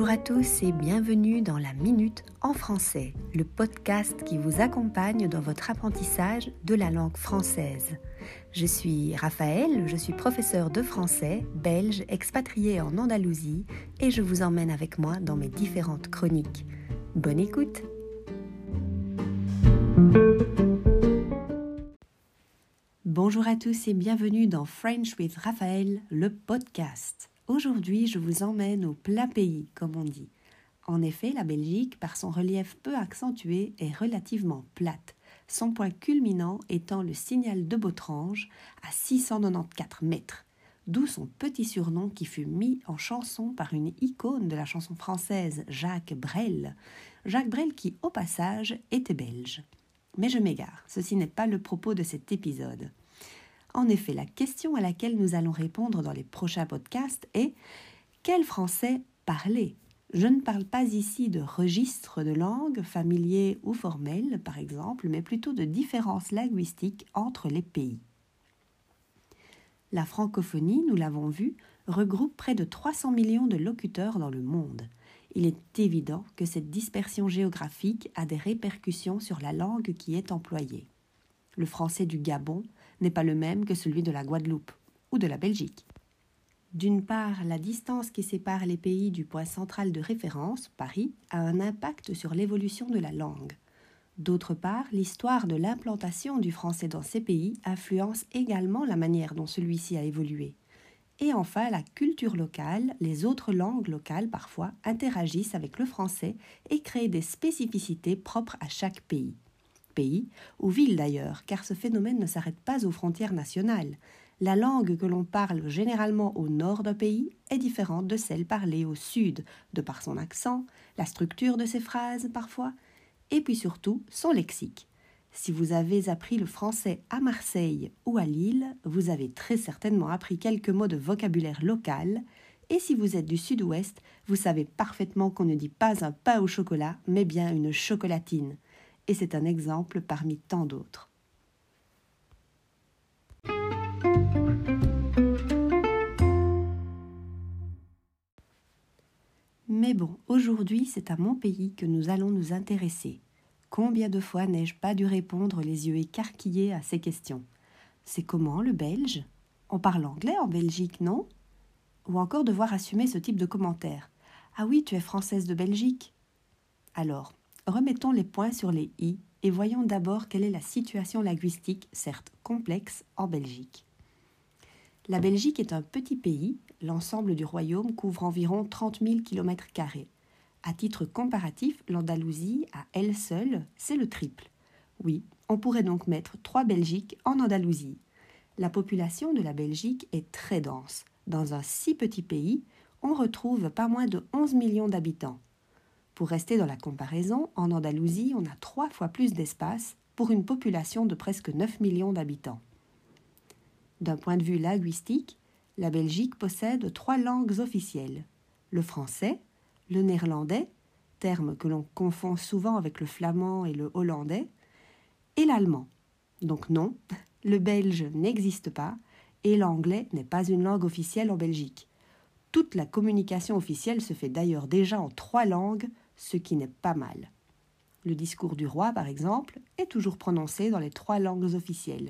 Bonjour à tous et bienvenue dans la Minute en français, le podcast qui vous accompagne dans votre apprentissage de la langue française. Je suis Raphaël, je suis professeure de français, belge, expatriée en Andalousie et je vous emmène avec moi dans mes différentes chroniques. Bonne écoute! Bonjour à tous et bienvenue dans French with Raphaël, le podcast. Aujourd'hui, je vous emmène au plat pays, comme on dit. En effet, la Belgique, par son relief peu accentué, est relativement plate, son point culminant étant le signal de Botrange à 694 mètres, d'où son petit surnom qui fut mis en chanson par une icône de la chanson française, Jacques Brel. Jacques Brel qui, au passage, était belge. Mais je m'égare, ceci n'est pas le propos de cet épisode. En effet, la question à laquelle nous allons répondre dans les prochains podcasts est « Quel français parler ?» Je ne parle pas ici de registres de langue, familiers ou formels par exemple, mais plutôt de différences linguistiques entre les pays. La francophonie, nous l'avons vu, regroupe près de 300 millions de locuteurs dans le monde. Il est évident que cette dispersion géographique a des répercussions sur la langue qui est employée. Le français du Gabon n'est pas le même que celui de la Guadeloupe ou de la Belgique. D'une part, la distance qui sépare les pays du point central de référence, Paris, a un impact sur l'évolution de la langue. D'autre part, l'histoire de l'implantation du français dans ces pays influence également la manière dont celui-ci a évolué. Et enfin, la culture locale, les autres langues locales parfois, interagissent avec le français et créent des spécificités propres à chaque pays. Pays ou ville d'ailleurs, car ce phénomène ne s'arrête pas aux frontières nationales. La langue que l'on parle généralement au nord d'un pays est différente de celle parlée au sud, de par son accent, la structure de ses phrases parfois, et puis surtout son lexique. Si vous avez appris le français à Marseille ou à Lille, vous avez très certainement appris quelques mots de vocabulaire local, et si vous êtes du sud-ouest, vous savez parfaitement qu'on ne dit pas un pain au chocolat, mais bien une chocolatine. Et c'est un exemple parmi tant d'autres. Mais bon, aujourd'hui, c'est à mon pays que nous allons nous intéresser. Combien de fois n'ai-je pas dû répondre les yeux écarquillés à ces questions ? C'est comment le belge ? On parle anglais en Belgique, non ? Ou encore devoir assumer ce type de commentaire. Ah oui, tu es française de Belgique ? Alors, remettons les points sur les i et voyons d'abord quelle est la situation linguistique, certes complexe, en Belgique. La Belgique est un petit pays, l'ensemble du royaume couvre environ 30 000 km². À titre comparatif, l'Andalousie, à elle seule, c'est le triple. Oui, on pourrait donc mettre 3 Belgiques en Andalousie. La population de la Belgique est très dense. Dans un si petit pays, on retrouve pas moins de 11 millions d'habitants. Pour rester dans la comparaison, en Andalousie, on a 3 fois plus d'espace pour une population de presque 9 millions d'habitants. D'un point de vue linguistique, la Belgique possède 3 langues officielles. Le français, le néerlandais, terme que l'on confond souvent avec le flamand et le hollandais, et l'allemand. Donc non, le belge n'existe pas et l'anglais n'est pas une langue officielle en Belgique. Toute la communication officielle se fait d'ailleurs déjà en 3 langues, ce qui n'est pas mal. Le discours du roi, par exemple, est toujours prononcé dans les 3 langues officielles.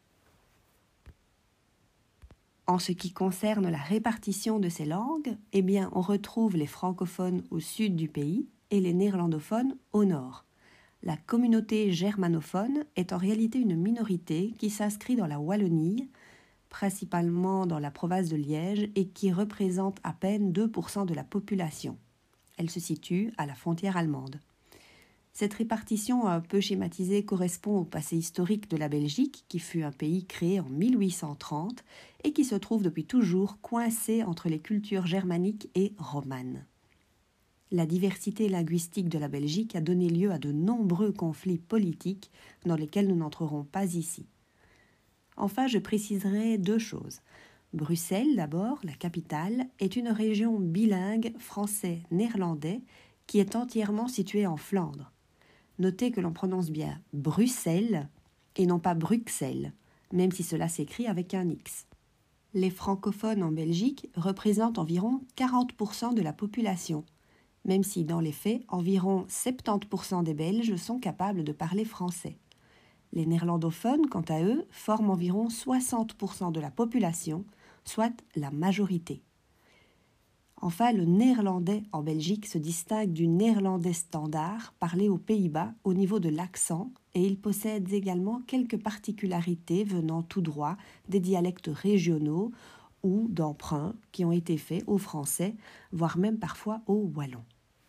En ce qui concerne la répartition de ces langues, eh bien, on retrouve les francophones au sud du pays et les néerlandophones au nord. La communauté germanophone est en réalité une minorité qui s'inscrit dans la Wallonie, principalement dans la province de Liège, et qui représente à peine 2% de la population. Elle se situe à la frontière allemande. Cette répartition un peu schématisée correspond au passé historique de la Belgique, qui fut un pays créé en 1830 et qui se trouve depuis toujours coincé entre les cultures germaniques et romanes. La diversité linguistique de la Belgique a donné lieu à de nombreux conflits politiques dans lesquels nous n'entrerons pas ici. Enfin, je préciserai 2 choses. Bruxelles, d'abord, la capitale, est une région bilingue français-néerlandais qui est entièrement située en Flandre. Notez que l'on prononce bien Bruxelles et non pas Bruxelles, même si cela s'écrit avec un X. Les francophones en Belgique représentent environ 40% de la population. même si dans les faits, environ 70% des Belges sont capables de parler français. Les néerlandophones, quant à eux, forment environ 60% de la population, soit la majorité. Enfin, le néerlandais en Belgique se distingue du néerlandais standard parlé aux Pays-Bas au niveau de l'accent et il possède également quelques particularités venant tout droit des dialectes régionaux ou d'emprunts qui ont été faits au français, voire même parfois au wallon.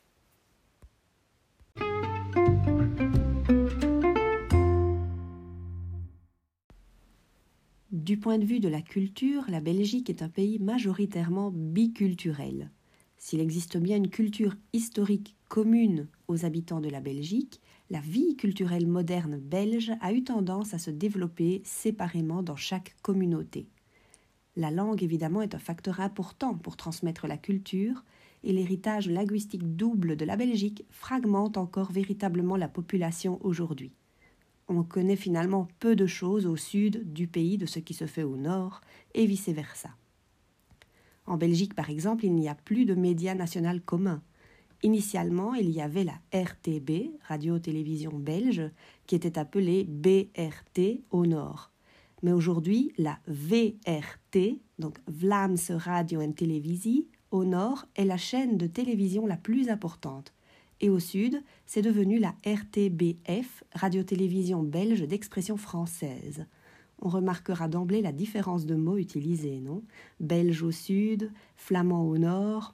Du point de vue de la culture, la Belgique est un pays majoritairement biculturel. S'il existe bien une culture historique commune aux habitants de la Belgique, la vie culturelle moderne belge a eu tendance à se développer séparément dans chaque communauté. La langue, évidemment, est un facteur important pour transmettre la culture, et l'héritage linguistique double de la Belgique fragmente encore véritablement la population aujourd'hui. On connaît finalement peu de choses au sud du pays de ce qui se fait au nord, et vice-versa. En Belgique, par exemple, il n'y a plus de médias national commun. Initialement, il y avait la RTB, Radio-Télévision Belge, qui était appelée BRT au nord. Mais aujourd'hui, la VRT, donc Vlaamse Radio en Televisie, au nord, est la chaîne de télévision la plus importante. Et au sud, c'est devenu la RTBF, Radio-Télévision Belge d'expression française. On remarquera d'emblée la différence de mots utilisés, non ? Belge au sud, flamand au nord.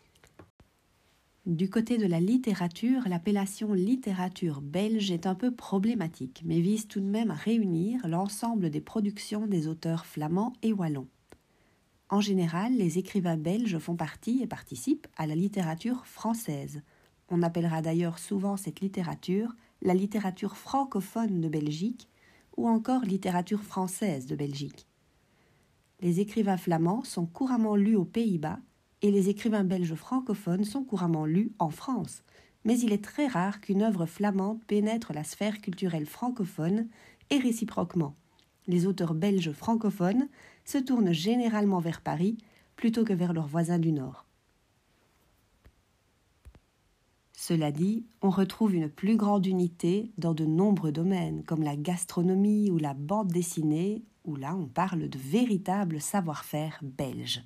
Du côté de la littérature, l'appellation littérature belge est un peu problématique, mais vise tout de même à réunir l'ensemble des productions des auteurs flamands et wallons. En général, les écrivains belges font partie et participent à la littérature française. On appellera d'ailleurs souvent cette littérature la littérature francophone de Belgique ou encore littérature française de Belgique. Les écrivains flamands sont couramment lus aux Pays-Bas et les écrivains belges francophones sont couramment lus en France. Mais il est très rare qu'une œuvre flamande pénètre la sphère culturelle francophone et réciproquement. Les auteurs belges francophones se tournent généralement vers Paris plutôt que vers leurs voisins du Nord. Cela dit, on retrouve une plus grande unité dans de nombreux domaines, comme la gastronomie ou la bande dessinée, où là on parle de véritable savoir-faire belge.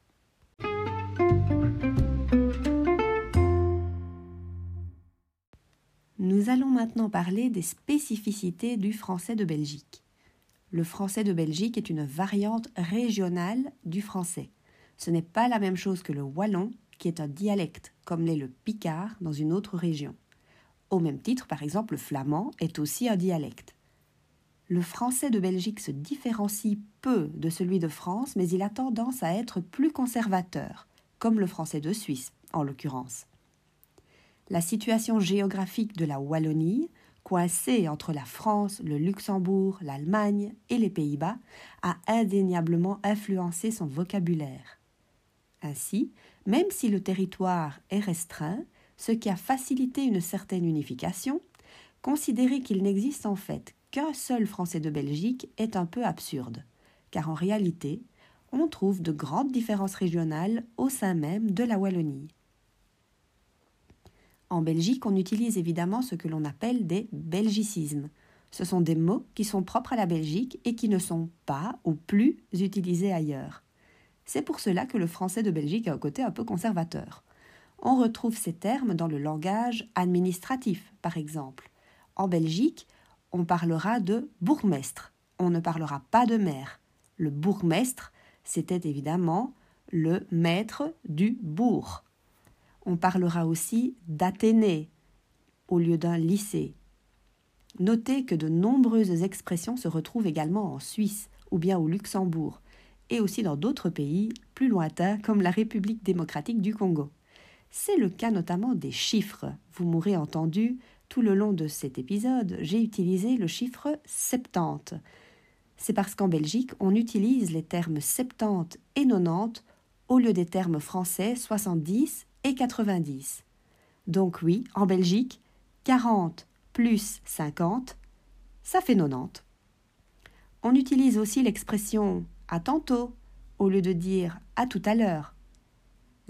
Nous allons maintenant parler des spécificités du français de Belgique. Le français de Belgique est une variante régionale du français. Ce n'est pas la même chose que le wallon, qui est un dialecte, comme l'est le picard dans une autre région. Au même titre, par exemple, le flamand est aussi un dialecte. Le français de Belgique se différencie peu de celui de France, mais il a tendance à être plus conservateur, comme le français de Suisse, en l'occurrence. La situation géographique de la Wallonie, coincée entre la France, le Luxembourg, l'Allemagne et les Pays-Bas, a indéniablement influencé son vocabulaire. Ainsi, même si le territoire est restreint, ce qui a facilité une certaine unification, considérer qu'il n'existe en fait qu'un seul français de Belgique est un peu absurde, car en réalité, on trouve de grandes différences régionales au sein même de la Wallonie. En Belgique, on utilise évidemment ce que l'on appelle des belgicismes. Ce sont des mots qui sont propres à la Belgique et qui ne sont pas ou plus utilisés ailleurs. C'est pour cela que le français de Belgique a un côté un peu conservateur. On retrouve ces termes dans le langage administratif, par exemple. En Belgique, on parlera de bourgmestre, on ne parlera pas de maire. Le bourgmestre, c'était évidemment le maître du bourg. On parlera aussi d'Athénée au lieu d'un lycée. Notez que de nombreuses expressions se retrouvent également en Suisse ou bien au Luxembourg, et aussi dans d'autres pays plus lointains comme la République démocratique du Congo. C'est le cas notamment des chiffres. Vous m'aurez entendu, tout le long de cet épisode, j'ai utilisé le chiffre 70. C'est parce qu'en Belgique, on utilise les termes 70 et 90 au lieu des termes français 70 et 90. Donc oui, en Belgique, 40 plus 50, ça fait 90. On utilise aussi l'expression « à tantôt » au lieu de dire « à tout à l'heure ».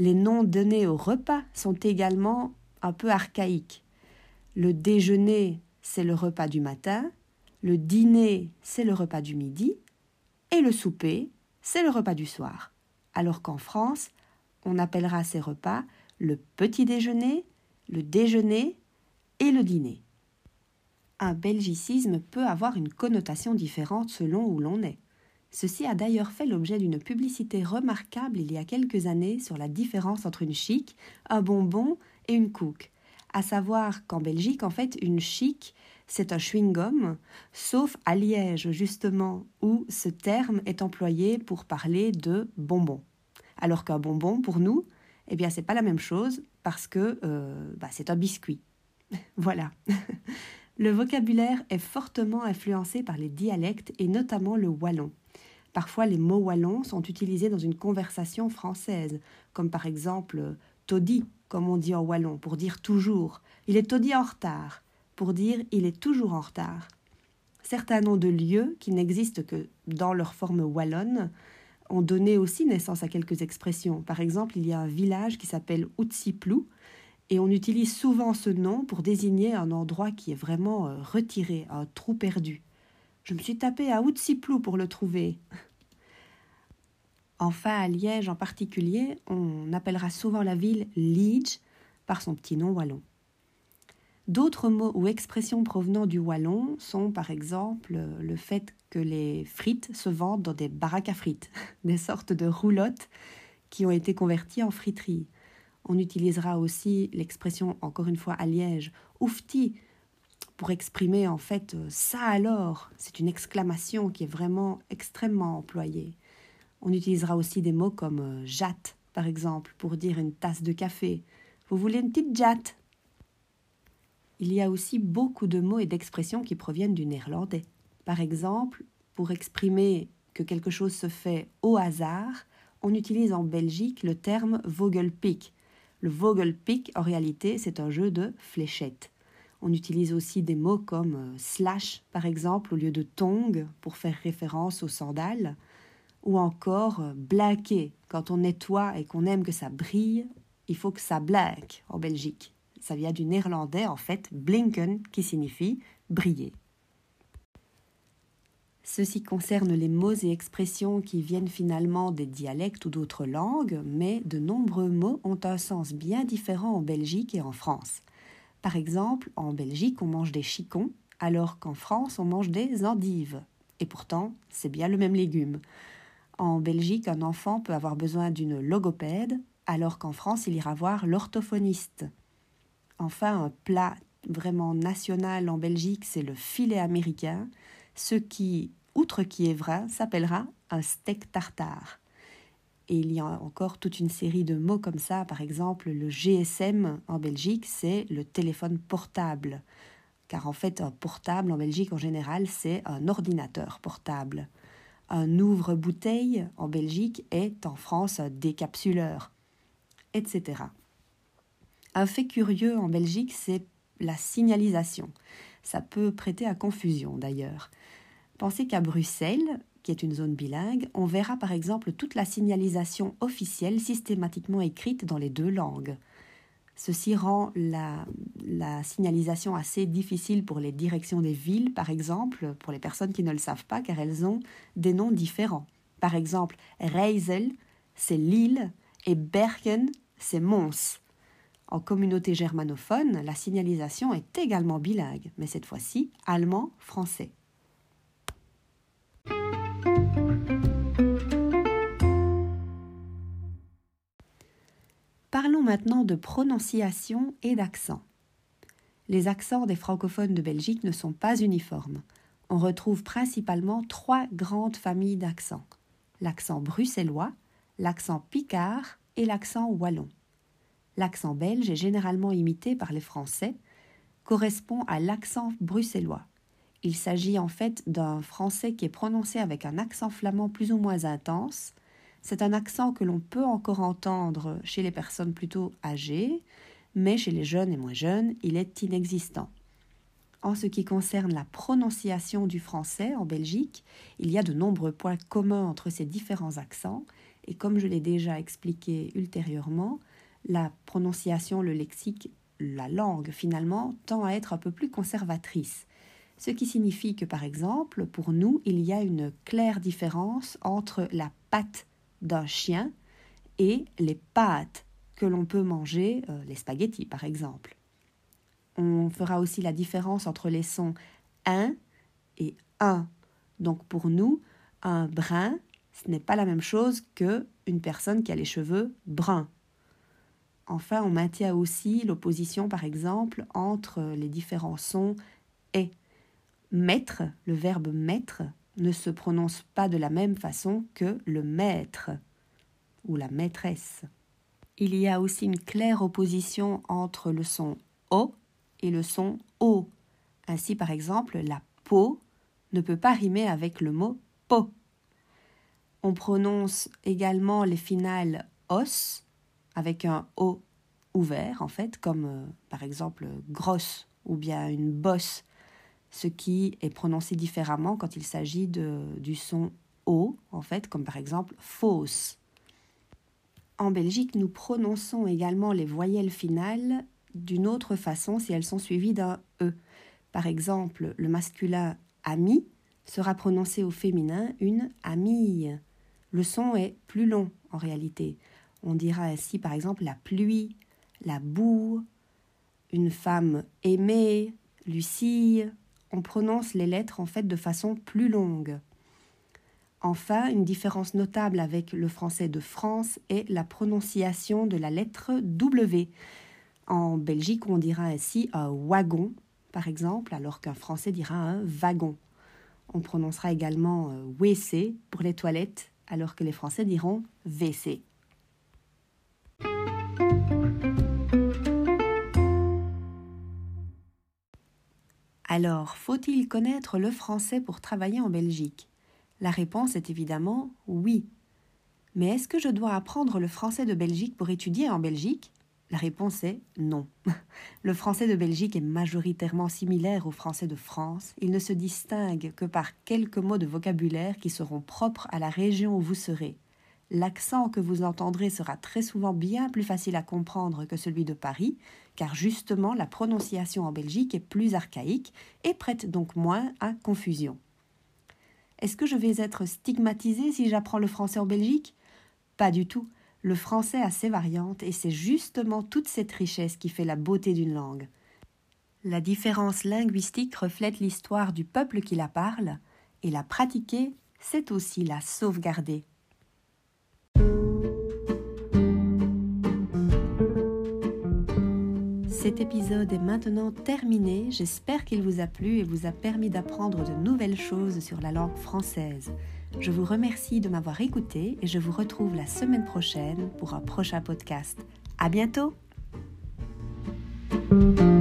Les noms donnés au repas sont également un peu archaïques. Le déjeuner, c'est le repas du matin, le dîner, c'est le repas du midi, et le souper, c'est le repas du soir. Alors qu'en France, on appellera ces repas le petit déjeuner, le déjeuner et le dîner. Un belgicisme peut avoir une connotation différente selon où l'on est. Ceci a d'ailleurs fait l'objet d'une publicité remarquable il y a quelques années sur la différence entre une chic, un bonbon et une cook. À savoir qu'en Belgique, en fait, une chic, c'est un chewing-gum, sauf à Liège, justement, où ce terme est employé pour parler de bonbon. Alors qu'un bonbon, pour nous, eh bien, c'est pas la même chose parce que c'est un biscuit. Voilà. Le vocabulaire est fortement influencé par les dialectes et notamment le wallon. Parfois, les mots wallons sont utilisés dans une conversation française, comme par exemple « taudis », comme on dit en wallon, pour dire « toujours ». Il est taudis en retard, pour dire « il est toujours en retard ». Certains noms de lieux, qui n'existent que dans leur forme wallonne, ont donné aussi naissance à quelques expressions. Par exemple, il y a un village qui s'appelle Outsiplou, et on utilise souvent ce nom pour désigner un endroit qui est vraiment retiré, un trou perdu. Je me suis tapé à Outsiplou pour le trouver. Enfin, à Liège en particulier, on appellera souvent la ville Liege par son petit nom wallon. D'autres mots ou expressions provenant du wallon sont par exemple le fait que les frites se vendent dans des baraques à frites, des sortes de roulottes qui ont été converties en friteries. On utilisera aussi l'expression, encore une fois à Liège, oufti, pour exprimer en fait ça alors. C'est une exclamation qui est vraiment extrêmement employée. On utilisera aussi des mots comme jatte, par exemple, pour dire une tasse de café. Vous voulez une petite jatte? Il y a aussi beaucoup de mots et d'expressions qui proviennent du néerlandais. Par exemple, pour exprimer que quelque chose se fait au hasard, on utilise en Belgique le terme vogelpick. Le vogelpick, en réalité, c'est un jeu de fléchettes. On utilise aussi des mots comme slash, par exemple, au lieu de tong, pour faire référence aux sandales, ou encore blaquer. Quand on nettoie et qu'on aime que ça brille, il faut que ça blaque en Belgique. Ça vient du néerlandais, en fait, blinken, qui signifie briller. Ceci concerne les mots et expressions qui viennent finalement des dialectes ou d'autres langues, mais de nombreux mots ont un sens bien différent en Belgique et en France. Par exemple, en Belgique, on mange des chicons, alors qu'en France, on mange des endives. Et pourtant, c'est bien le même légume. En Belgique, un enfant peut avoir besoin d'une logopède, alors qu'en France, il ira voir l'orthophoniste. Enfin, un plat vraiment national en Belgique, c'est le filet américain, ce qui, outre qui est vrai, s'appellera un steak tartare. Et il y a encore toute une série de mots comme ça. Par exemple, le GSM en Belgique, c'est le téléphone portable. Car en fait, un portable en Belgique, en général, c'est un ordinateur portable. Un ouvre-bouteille en Belgique est en France un décapsuleur, etc. Un fait curieux en Belgique, c'est la signalisation. Ça peut prêter à confusion d'ailleurs. Pensez qu'à Bruxelles, qui est une zone bilingue, on verra par exemple toute la signalisation officielle systématiquement écrite dans les deux langues. Ceci rend la signalisation assez difficile pour les directions des villes, par exemple, pour les personnes qui ne le savent pas, car elles ont des noms différents. Par exemple, Reisel, c'est Lille, et Bergen, c'est Mons. En communauté germanophone, la signalisation est également bilingue, mais cette fois-ci allemand-français. Parlons maintenant de prononciation et d'accent. Les accents des francophones de Belgique ne sont pas uniformes. On retrouve principalement 3 grandes familles d'accents. L'accent bruxellois, l'accent picard et l'accent wallon. L'accent belge est généralement imité par les Français, correspond à l'accent bruxellois. Il s'agit en fait d'un français qui est prononcé avec un accent flamand plus ou moins intense. C'est un accent que l'on peut encore entendre chez les personnes plutôt âgées, mais chez les jeunes et moins jeunes, il est inexistant. En ce qui concerne la prononciation du français en Belgique, il y a de nombreux points communs entre ces différents accents et comme je l'ai déjà expliqué ultérieurement, la prononciation, le lexique, la langue finalement tend à être un peu plus conservatrice. Ce qui signifie que par exemple, pour nous, il y a une claire différence entre la patte d'un chien et les pâtes que l'on peut manger, les spaghettis par exemple. On fera aussi la différence entre les sons un et un. Donc pour nous, un brun, ce n'est pas la même chose qu'une personne qui a les cheveux bruns. Enfin, on maintient aussi l'opposition, par exemple, entre les différents sons et. Mettre, le verbe mettre, ne se prononce pas de la même façon que le maître ou la maîtresse. Il y a aussi une claire opposition entre le son O et le son O. Ainsi, par exemple, la peau ne peut pas rimer avec le mot peau. On prononce également les finales os avec un O ouvert, en fait, comme par exemple grosse ou bien une bosse, ce qui est prononcé différemment quand il s'agit du son O, en fait, comme par exemple fausse. En Belgique, nous prononçons également les voyelles finales d'une autre façon si elles sont suivies d'un E. Par exemple, le masculin ami sera prononcé au féminin une amie. Le son est plus long en réalité. On dira ainsi par exemple la pluie, la boue, une femme aimée, Lucie. On prononce les lettres en fait de façon plus longue. Enfin, une différence notable avec le français de France est la prononciation de la lettre W. En Belgique, on dira ainsi un wagon, par exemple, alors qu'un Français dira un wagon. On prononcera également WC pour les toilettes, alors que les Français diront WC. Alors, faut-il connaître le français pour travailler en Belgique ? La réponse est évidemment oui. Mais est-ce que je dois apprendre le français de Belgique pour étudier en Belgique ? La réponse est non. Le français de Belgique est majoritairement similaire au français de France. Il ne se distingue que par quelques mots de vocabulaire qui seront propres à la région où vous serez. L'accent que vous entendrez sera très souvent bien plus facile à comprendre que celui de Paris, car justement la prononciation en Belgique est plus archaïque et prête donc moins à confusion. Est-ce que je vais être stigmatisée si j'apprends le français en Belgique ? Pas du tout. Le français a ses variantes et c'est justement toute cette richesse qui fait la beauté d'une langue. La différence linguistique reflète l'histoire du peuple qui la parle et la pratiquer, c'est aussi la sauvegarder. Cet épisode est maintenant terminé. J'espère qu'il vous a plu et vous a permis d'apprendre de nouvelles choses sur la langue française. Je vous remercie de m'avoir écouté et je vous retrouve la semaine prochaine pour un prochain podcast. À bientôt!